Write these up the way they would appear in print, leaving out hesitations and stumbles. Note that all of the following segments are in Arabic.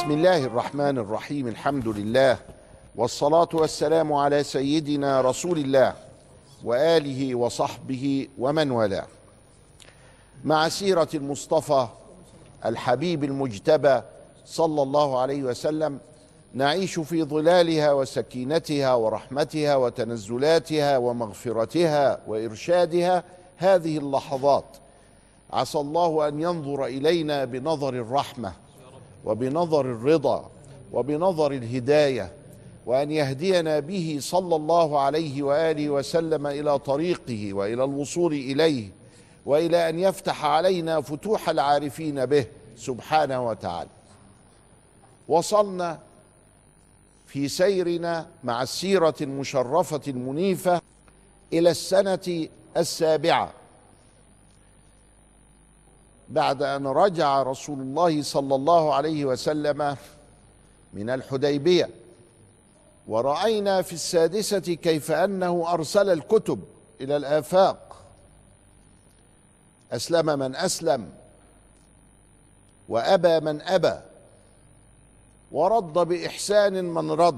بسم الله الرحمن الرحيم. الحمد لله والصلاة والسلام على سيدنا رسول الله وآله وصحبه ومن والاه. مع سيرة المصطفى الحبيب المجتبى صلى الله عليه وسلم نعيش في ظلالها وسكينتها ورحمتها وتنزلاتها ومغفرتها وإرشادها هذه اللحظات. عسى الله أن ينظر إلينا بنظر الرحمة وبنظر الرضا وبنظر الهداية، وأن يهدينا به صلى الله عليه وآله وسلم إلى طريقه وإلى الوصول إليه، وإلى أن يفتح علينا فتوح العارفين به سبحانه وتعالى. وصلنا في سيرنا مع السيرة المشرفة المنيفة إلى السنة السابعة بعد أن رجع رسول الله صلى الله عليه وسلم من الحديبية، ورأينا في السادسة كيف أنه أرسل الكتب إلى الآفاق، أسلم من أسلم وأبى من أبى، ورد بإحسان من رد،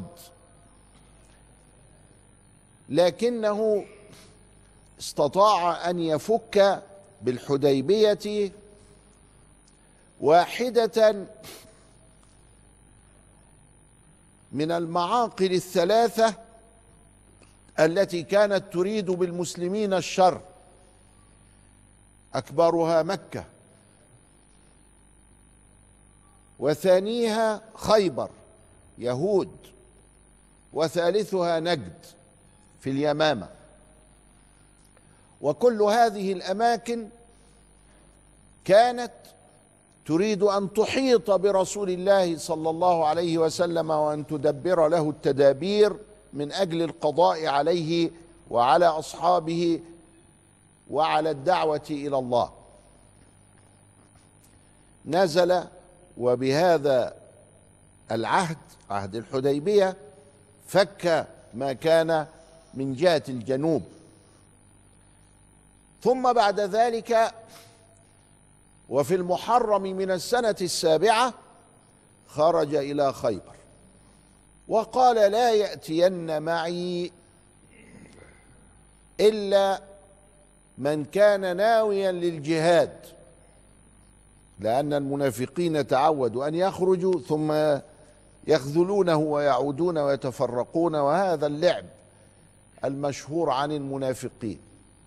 لكنه استطاع أن يفك بالحديبية واحدة من المعاقل الثلاثة التي كانت تريد بالمسلمين الشر، أكبرها مكة، وثانيها خيبر يهود، وثالثها نجد في اليمامة. وكل هذه الأماكن كانت تريد أن تحيط برسول الله صلى الله عليه وسلم وأن تدبر له التدابير من أجل القضاء عليه وعلى أصحابه وعلى الدعوة إلى الله. نزل وبهذا العهد، عهد الحديبية، فك ما كان من جهة الجنوب. ثم بعد ذلك وفي المحرم من السنة السابعة خرج إلى خيبر وقال: لا يأتين معي إلا من كان ناويا للجهاد، لأن المنافقين تعودوا أن يخرجوا ثم يخذلونه ويعودون ويتفرقون، وهذا اللعب المشهور عن المنافقين.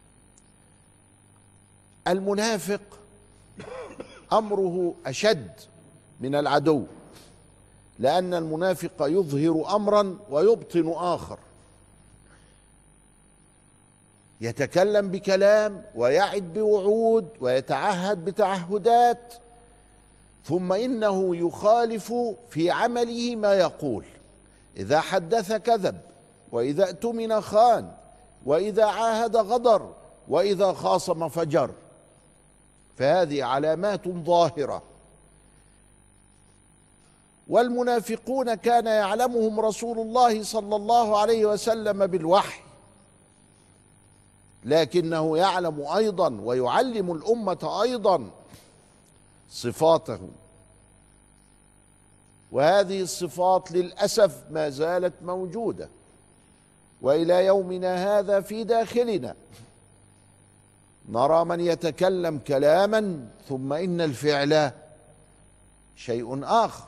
المنافق أمره أشد من العدو، لأن المنافق يظهر أمرا ويبطن آخر، يتكلم بكلام ويعد بوعود ويتعهد بتعهدات، ثم إنه يخالف في عمله ما يقول. إذا حدث كذب، وإذا اؤتمن خان، وإذا عاهد غدر، وإذا خاصم فجر. فهذه علامات ظاهرة، والمنافقون كان يعلمهم رسول الله صلى الله عليه وسلم بالوحي، لكنه يعلم أيضا ويعلم الأمة أيضا صفاته، وهذه الصفات للأسف ما زالت موجودة، وإلى يومنا هذا في داخلنا نرى من يتكلم كلاما ثم إن الفعل شيء آخر.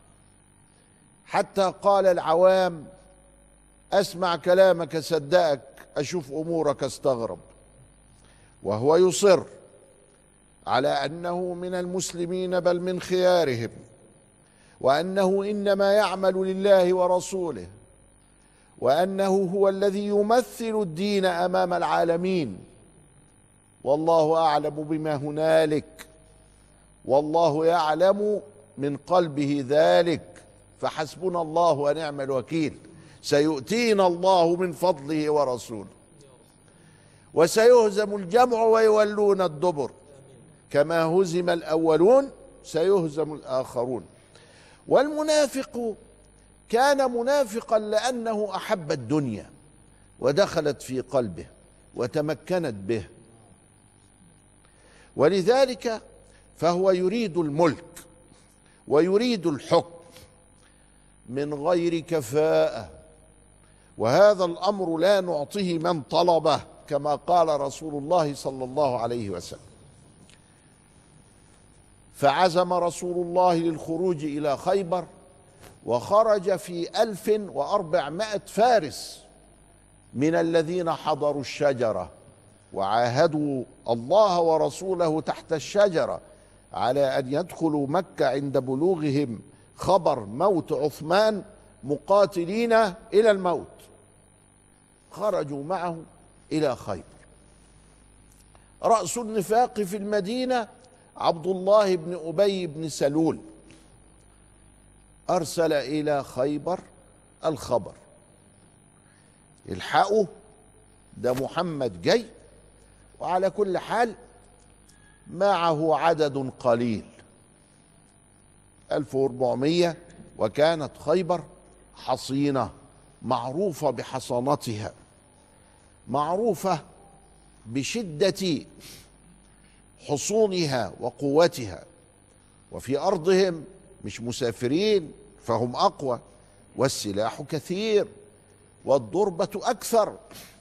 حتى قال العوام: أسمع كلامك صدقك، أشوف أمورك استغرب. وهو يصر على أنه من المسلمين بل من خيارهم، وأنه إنما يعمل لله ورسوله، وأنه هو الذي يمثل الدين أمام العالمين. والله أعلم بما هنالك، والله يعلم من قلبه ذلك، فحسبنا الله ونعم الوكيل. سيؤتينا الله من فضله ورسوله، وسيهزم الجمع ويولون الدبر، كما هزم الأولون سيهزم الآخرون. والمنافق كان منافقا لأنه أحب الدنيا ودخلت في قلبه وتمكنت به، ولذلك فهو يريد الملك ويريد الحكم من غير كفاءة، وهذا الأمر لا نعطيه من طلبه كما قال رسول الله صلى الله عليه وسلم. فعزم رسول الله للخروج إلى خيبر، وخرج في 1400 فارس من الذين حضروا الشجرة وعاهدوا الله ورسوله تحت الشجرة على أن يدخلوا مكة عند بلوغهم خبر موت عثمان مقاتلين إلى الموت. خرجوا معه إلى خيبر. رأس النفاق في المدينة عبد الله بن أبي بن سلول أرسل إلى خيبر الخبر: الحقوا، ده محمد جاي، وعلى كل حال معه عدد قليل 1400، وكانت خيبر حصينة معروفة بحصانتها، معروفة بشدة حصونها وقوتها، وفي أرضهم مش مسافرين فهم أقوى، والسلاح كثير والضربة أكثر.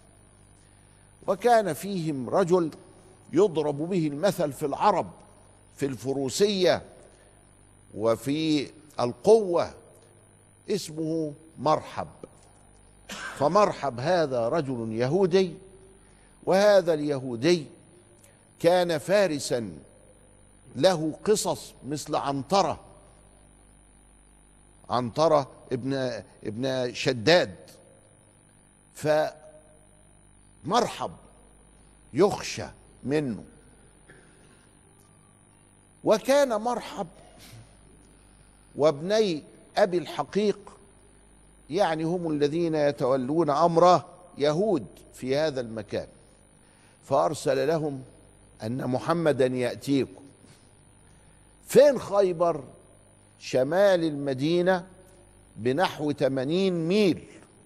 وكان فيهم رجل يضرب به المثل في العرب في الفروسية وفي القوة، اسمه مرحب. فمرحب هذا رجل يهودي، وهذا اليهودي كان فارسا له قصص مثل عنترة ابن شداد. فمرحب يخشى منه. وكان مرحب وابني أبي الحقيق يعني هم الذين يتولون أمره يهود في هذا المكان، فأرسل لهم أن محمدا يأتيكم. فين خيبر؟ شمال المدينة بنحو 80 ميل.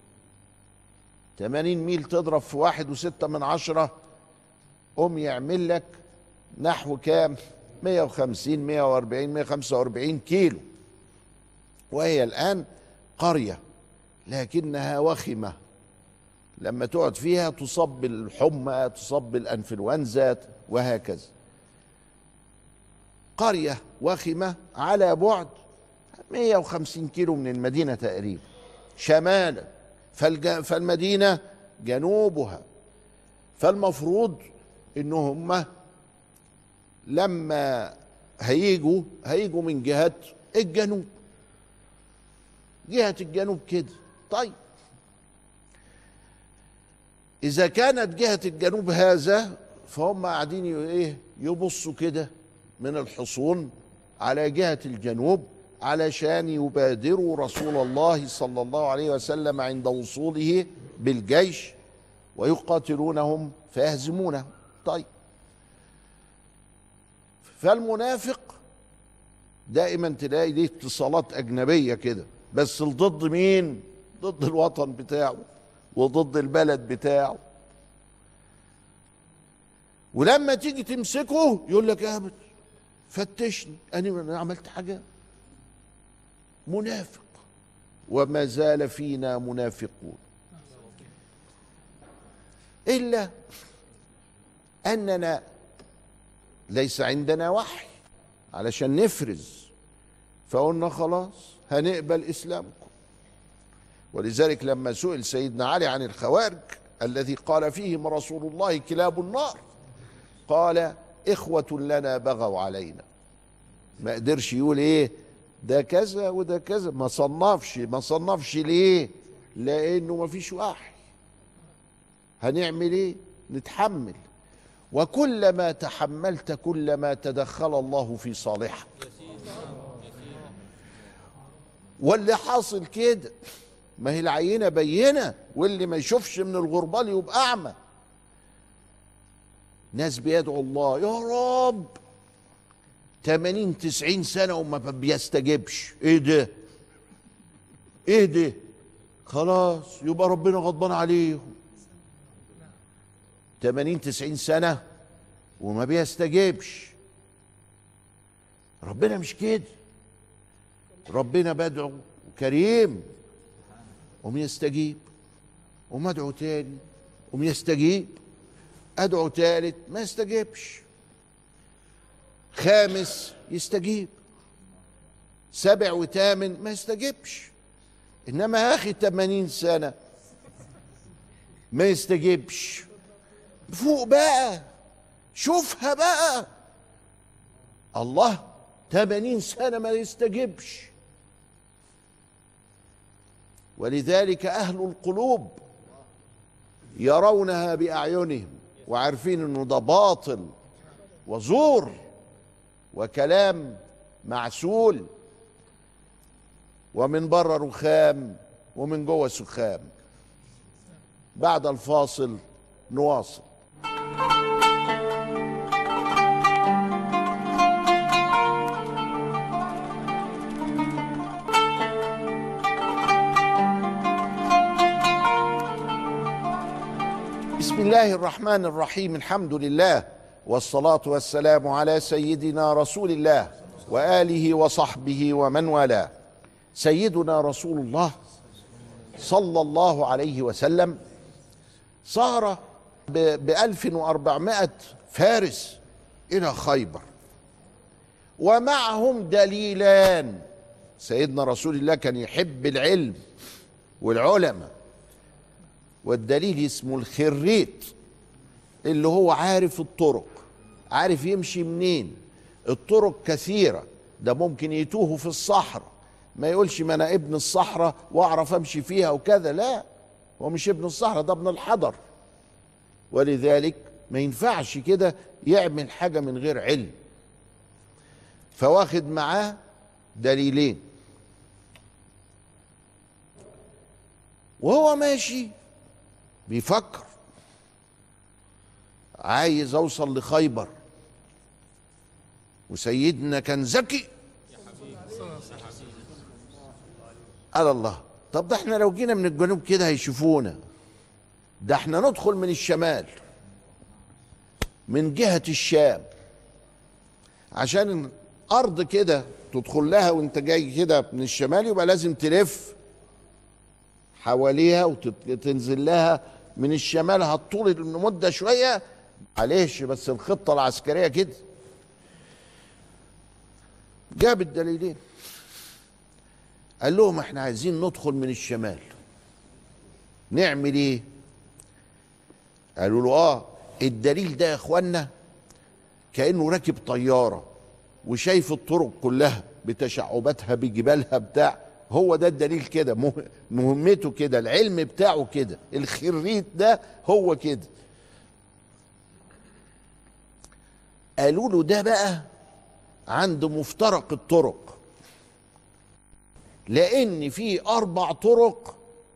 80 ميل تضرب في 1.6، يعمل لك نحو كام؟ 150 140 145 كيلو. وهي الآن قرية لكنها وخمة، لما تقعد فيها تصاب بالحمى، تصاب بالأنفلونزا وهكذا. قرية وخمة على بعد 150 كيلو من المدينة تقريبا شمالا، فالمدينة جنوبها. فالمفروض إنهم لما هيجوا من جهة الجنوب، جهة الجنوب كده. طيب إذا كانت جهة الجنوب هذا، فهم قاعدين يبصوا كده من الحصون على جهة الجنوب علشان يبادروا رسول الله صلى الله عليه وسلم عند وصوله بالجيش ويقاتلونهم فيهزمونه. طيب فالمنافق دائما تلاقي ليه اتصالات أجنبية كده، بس ضد مين؟ ضد الوطن بتاعه وضد البلد بتاعه. ولما تيجي تمسكه يقول لك يا ابني فتشني، أنا عملت حاجة؟ منافق. وما زال فينا منافقون، إلا أننا ليس عندنا وحي علشان نفرز، فقلنا خلاص هنقبل إسلامكم. ولذلك لما سئل سيدنا علي عن الخوارج الذي قال فيهم رسول الله كلاب النار، قال إخوة لنا بغوا علينا. ما قدرش يقول ده كذا وده كذا، ما صنفش ليه؟ لأنه ما فيش وحي. هنعمل نتحمل. وكلما تحملت كلما تدخل الله في صالحك. واللي حاصل كده، ما هي العينة بينة، واللي ما يشوفش من الغربال يبقى أعمى. ناس بيدعوا الله يا رب 80 90 سنة وما بيستجبش. ايه ده؟ خلاص يبقى ربنا غضبان عليهم. 80 90 سنة وما بيستجبش. ربنا مش كده. ربنا بدعو كريم، قوم يستجيب. قوم ادعو تاني، قوم يستجيب. ادعو تالت ما يستجيبش. خامس يستجيب. سابع وثامن ما يستجيبش. انما يا اخي 80 سنة ما يستجيبش، فوق بقى، شوفها بقى. الله، 80 سنة ما يستجيبش. ولذلك أهل القلوب يرونها بأعينهم وعارفين انه ده باطل وزور وكلام معسول، ومن بره رخام ومن جوه سخام. بعد الفاصل نواصل. بسم الله الرحمن الرحيم. الحمد لله والصلاة والسلام على سيدنا رسول الله وآله وصحبه ومن والاه. سيدنا رسول الله صلى الله عليه وسلم صار ب1400 فارس إلى خيبر، ومعهم دليلان. سيدنا رسول الله كان يحب العلم والعلماء، والدليل اسمه الخريت، اللي هو عارف الطرق، عارف يمشي منين. الطرق كثيرة، ده ممكن يتوه في الصحراء، ما يقولش ما انا ابن الصحراء واعرف امشي فيها وكذا، لا، هو مش ابن الصحراء، ده ابن الحضر. ولذلك ما ينفعش كده يعمل حاجة من غير علم. فواخد معاه دليلين، وهو ماشي بيفكر عايز اوصل لخيبر، وسيدنا كان ذكي. قال الله، طب ده احنا لو جينا من الجنوب كده هيشوفونا، ده احنا ندخل من الشمال من جهة الشام، عشان ارض كده تدخل لها وانت جاي كده من الشمال يبقى لازم تلف حواليها وتنزل لها من الشمال. هتطول المدة شوية معلش، بس الخطة العسكرية كده. جاب الدليلين، قال لهم احنا عايزين ندخل من الشمال، نعمل ايه؟ قالوا له الدليل ده يا اخوانا كأنه راكب طيارة وشايف الطرق كلها بتشعباتها بجبالها بتاع، هو ده الدليل كده، مهمته كده، العلم بتاعه كده، الخريت ده هو كده. قالوا له ده بقى عند مفترق الطرق، لأن في 4 طرق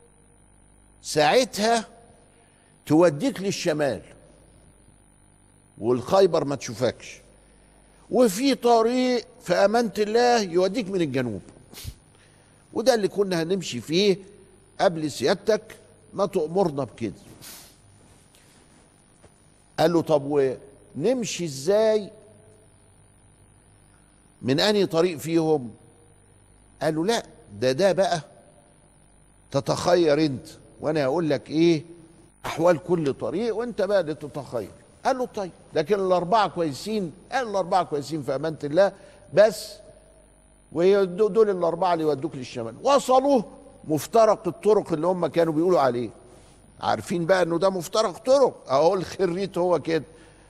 ساعتها توديك للشمال والخيبر ما تشوفكش، وفي طريق في أمانة الله يوديك من الجنوب، وده اللي كنا هنمشي فيه قبل سيادتك ما تأمرنا بكده. قال له طب ونمشي ازاي؟ من أنهي طريق فيهم؟ قال له لا، ده بقى تتخير انت، وانا هقول لك ايه احوال كل طريق وانت بقى اللي تتخير. قال له طيب، لكن ال4 كويسين. قال ال4 كويسين في أمانة الله، بس ودول ال4 اللي يودوك للشمال. وصلوا مفترق الطرق اللي هم كانوا بيقولوا عليه، عارفين بقى انه ده مفترق طرق، اهو الخريت هو كده.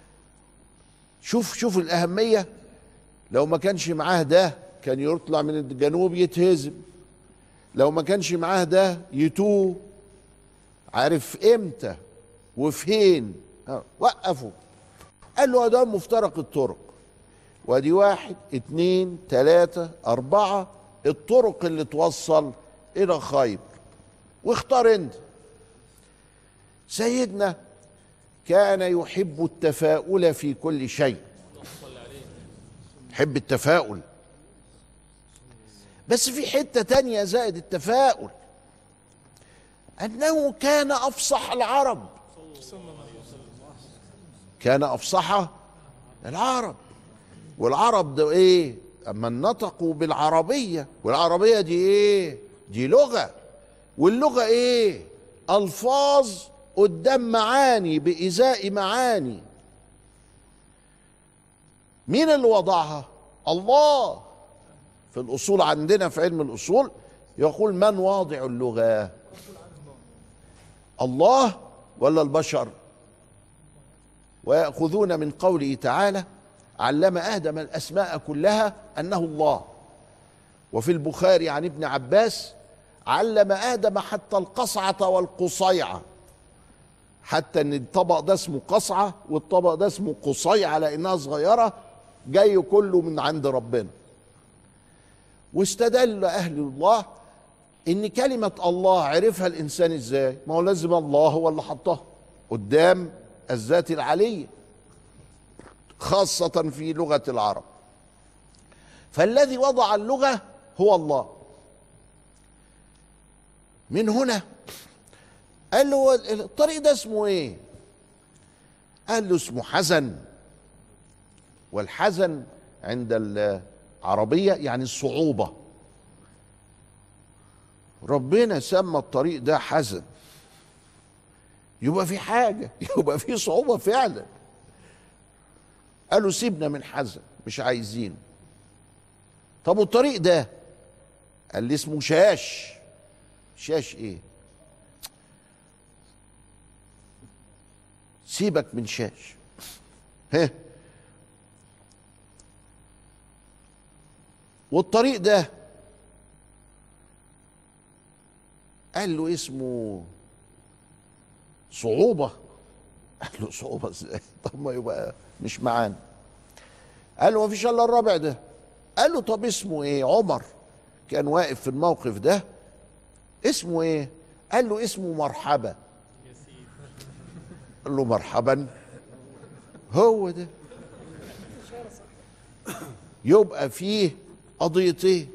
شوف الأهمية. لو ما كانش معاه ده كان يطلع من الجنوب يتهزم، لو ما كانش معاه ده يتوه. عارف امتى وفين. وقفوا، قال له ده مفترق الطرق، وادي 1 2 3 4 الطرق اللي توصل الى خيبر، واختار انت. سيدنا كان يحب التفاؤل في كل شيء، يحب التفاؤل، بس في حتة تانية زائد التفاؤل، أنه كان أفصح العرب، كان أفصح العرب. والعرب ده إيه؟ أما نطقوا بالعربية، والعربية دي إيه؟ دي لغة. واللغة ايه؟ الفاظ قدام معاني بإزاء معاني. مين اللي وضعها؟ الله. في الأصول عندنا في علم الأصول يقول من واضع اللغة؟ الله ولا البشر؟ ويأخذون من قوله تعالى علم آدم الأسماء كلها أنه الله. وفي البخاري عن ابن عباس علم آدم حتى القصعة والقصيعة، حتى ان الطبق ده اسمه قصعة والطبق ده اسمه قصيعة لأنها صغيرة، جاي كله من عند ربنا. واستدل أهل الله ان كلمة الله عرفها الإنسان ازاي؟ ما هو لازم الله هو اللي حطها قدام الذات العلية، خاصة في لغة العرب. فالذي وضع اللغة هو الله. من هنا قال له الطريق ده اسمه ايه؟ قال له اسمه حزن. والحزن عند العربية يعني الصعوبة. ربنا سمى الطريق ده حزن، يبقى في حاجة، يبقى في صعوبة فعلا. قالوا سيبنا من حزن، مش عايزين. طب والطريق ده؟ قال لي اسمه شاش. شاش ايه؟ سيبك من شاش. ها. والطريق ده قال له اسمه صعوبة. قال له صعوبة ازاي؟ طب ما يبقى مش معانا. قال له ما فيش الا الرابع ده. قال له طب اسمه ايه؟ عمر كان واقف في الموقف ده. اسمه ايه؟ قال له اسمه مرحبا. قال له مرحبا؟ هو ده. يبقى فيه قضيتين،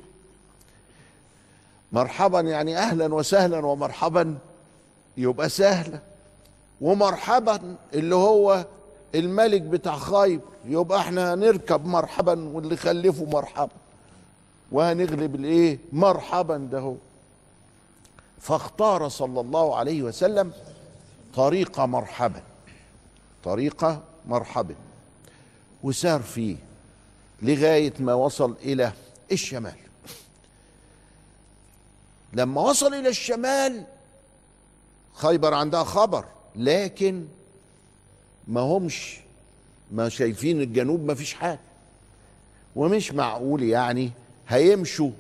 مرحبا يعني اهلا وسهلا، ومرحبا يبقى سهلا، ومرحبا اللي هو الملك بتاع خيبر يبقى احنا هنركب مرحبا واللي خلفه مرحبا وهنغلب الايه؟ مرحبا ده هو. فاختار صلى الله عليه وسلم طريق مرحبا، طريق مرحبا، وسار فيه لغاية ما وصل إلى الشمال. لما وصل إلى الشمال خيبر عندها خبر، لكن ما شايفين الجنوب، ما فيش حاجة، ومش معقول يعني هيمشوا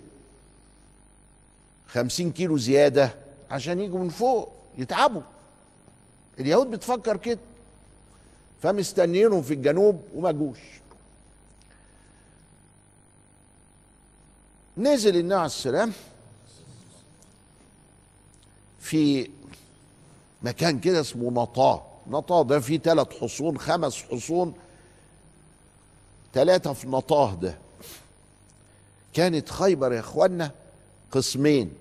50 كيلو زيادة عشان يجوا من فوق، يتعبوا. اليهود بتفكر كده، فمستنيينهم في الجنوب وما جوش. نزل النبي عليه السلام في مكان كده اسمه نطاه. نطاه ده فيه 3 حصون 5 حصون، 3 في نطاه ده. كانت خيبر يا اخوانا قسمين،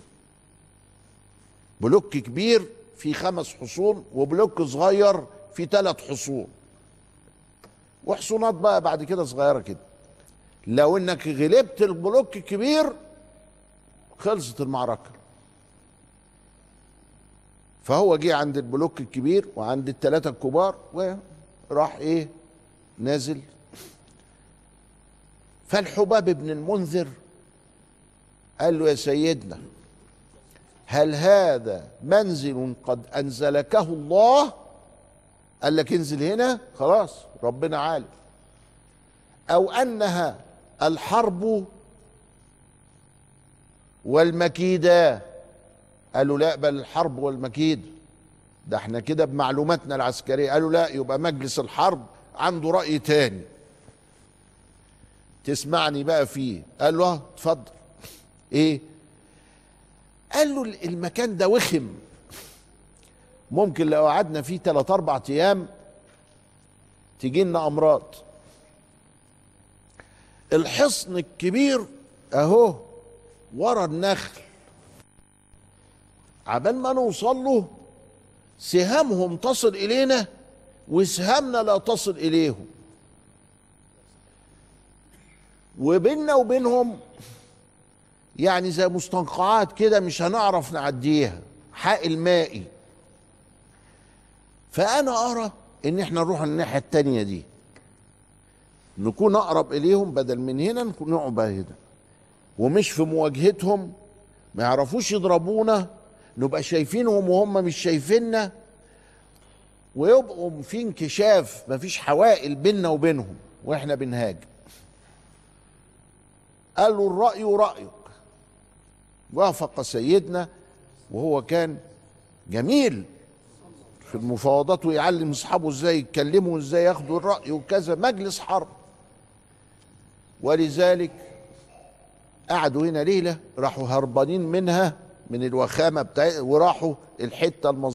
بلوك كبير فيه 5 حصون وبلوك صغير فيه 3 حصون، وحصونات بقى بعد كده صغيره كده. لو انك غلبت البلوك الكبير خلصت المعركه. فهو جه عند البلوك الكبير وعند ال3 الكبار وراح ايه؟ نازل. فالحباب بن المنذر قال له يا سيدنا هل هذا منزل قد انزلكه الله؟ قال لك انزل هنا خلاص ربنا عالم، او انها الحرب والمكيدة؟ قالوا لا، بل الحرب والمكيد، ده احنا كده بمعلوماتنا العسكرية. قالوا لا، يبقى مجلس الحرب عنده رأي تاني تسمعني بقى فيه. قال له اتفضل. ايه؟ قال له المكان ده وخم، ممكن لو قعدنا فيه 3-4 ايام تجي لنا امراض. الحصن الكبير اهو ورا النخل، عبال ما نوصل له سهامهم تصل الينا وسهامنا لا تصل اليهم، وبيننا وبينهم يعني زي مستنقعات كده مش هنعرف نعديها، حائل مائي. فأنا أرى إن احنا نروح الناحية التانية دي، نكون أقرب إليهم، بدل من هنا نكون نقعد هنا، ومش في مواجهتهم، ما يعرفوش يضربونا، نبقى شايفينهم وهم مش شايفيننا، ويبقوا في انكشاف، مفيش حوائل بيننا وبينهم واحنا بنهاجم. قال له الرأي رأيك. وافق سيدنا، وهو كان جميل في المفاوضات، ويعلم اصحابه ازاي يتكلموا وازاي ياخدوا الرأي وكذا، مجلس حرب. ولذلك قعدوا هنا ليلة، راحوا هربانين منها من الوخامة بتاعتها، وراحوا الحتة